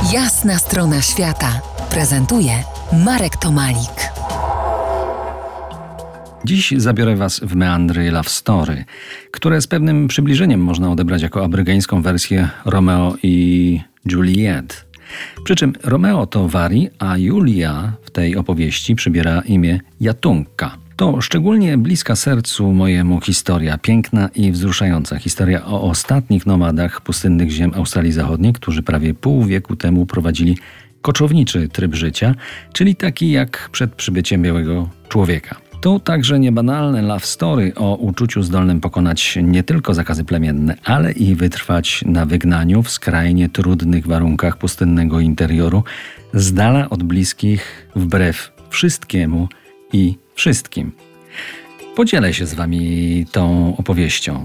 Jasna strona świata prezentuje Marek Tomalik. Dziś zabiorę Was w meandry Love Story, które z pewnym przybliżeniem można odebrać jako amerykańską wersję Romeo i Juliet. Przy czym Romeo to Wari, a Julia w tej opowieści przybiera imię Jatunka. To szczególnie bliska sercu mojemu historia, piękna i wzruszająca. Historia o ostatnich nomadach pustynnych ziem Australii Zachodniej, którzy prawie pół wieku temu prowadzili koczowniczy tryb życia, czyli taki jak przed przybyciem białego człowieka. To także niebanalne love story o uczuciu zdolnym pokonać nie tylko zakazy plemienne, ale i wytrwać na wygnaniu w skrajnie trudnych warunkach pustynnego interioru, z dala od bliskich, wbrew wszystkiemu i wszystkim. Podzielę się z Wami tą opowieścią.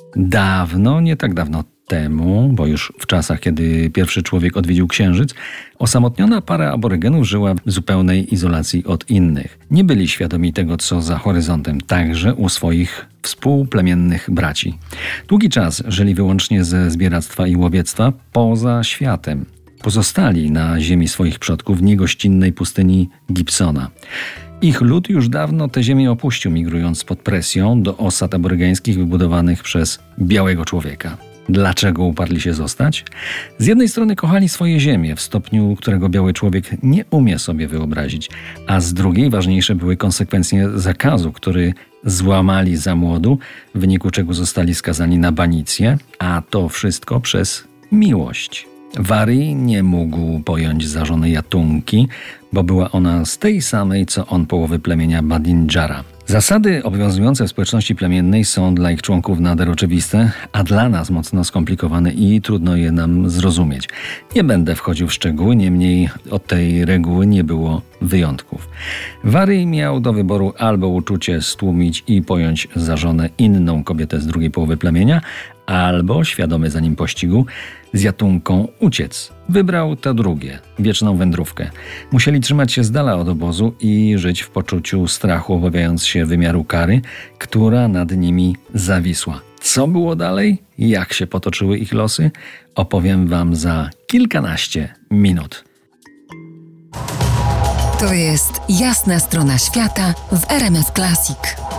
Dawno, nie tak dawno temu, bo już w czasach, kiedy pierwszy człowiek odwiedził Księżyc, osamotniona para aborygenów żyła w zupełnej izolacji od innych. Nie byli świadomi tego, co za horyzontem, także u swoich współplemiennych braci. Długi czas żyli wyłącznie ze zbieractwa i łowiectwa poza światem. Pozostali na ziemi swoich przodków w niegościnnej pustyni Gibsona. Ich lud już dawno tę ziemię opuścił, migrując pod presją do osad aborygeńskich wybudowanych przez białego człowieka. Dlaczego uparli się zostać? Z jednej strony kochali swoje ziemię w stopniu, którego biały człowiek nie umie sobie wyobrazić, a z drugiej ważniejsze były konsekwencje zakazu, który złamali za młodu, w wyniku czego zostali skazani na banicję, a to wszystko przez miłość. Wari nie mógł pojąć za żonę Jatunki, bo była ona z tej samej, co on, połowy plemienia Badinjara. Zasady obowiązujące w społeczności plemiennej są dla ich członków nader oczywiste, a dla nas mocno skomplikowane i trudno je nam zrozumieć. Nie będę wchodził w szczegóły, niemniej od tej reguły nie było wyjątków. Wari miał do wyboru albo uczucie stłumić i pojąć za żonę inną kobietę z drugiej połowy plemienia, albo, świadomy za nim pościgu, z Jatunką uciec. Wybrał to drugie, wieczną wędrówkę. Musieli trzymać się z dala od obozu i żyć w poczuciu strachu, obawiając się wymiaru kary, która nad nimi zawisła. Co było dalej? Jak się potoczyły ich losy? Opowiem Wam za kilkanaście minut. To jest Jasna strona świata w RMS Classic.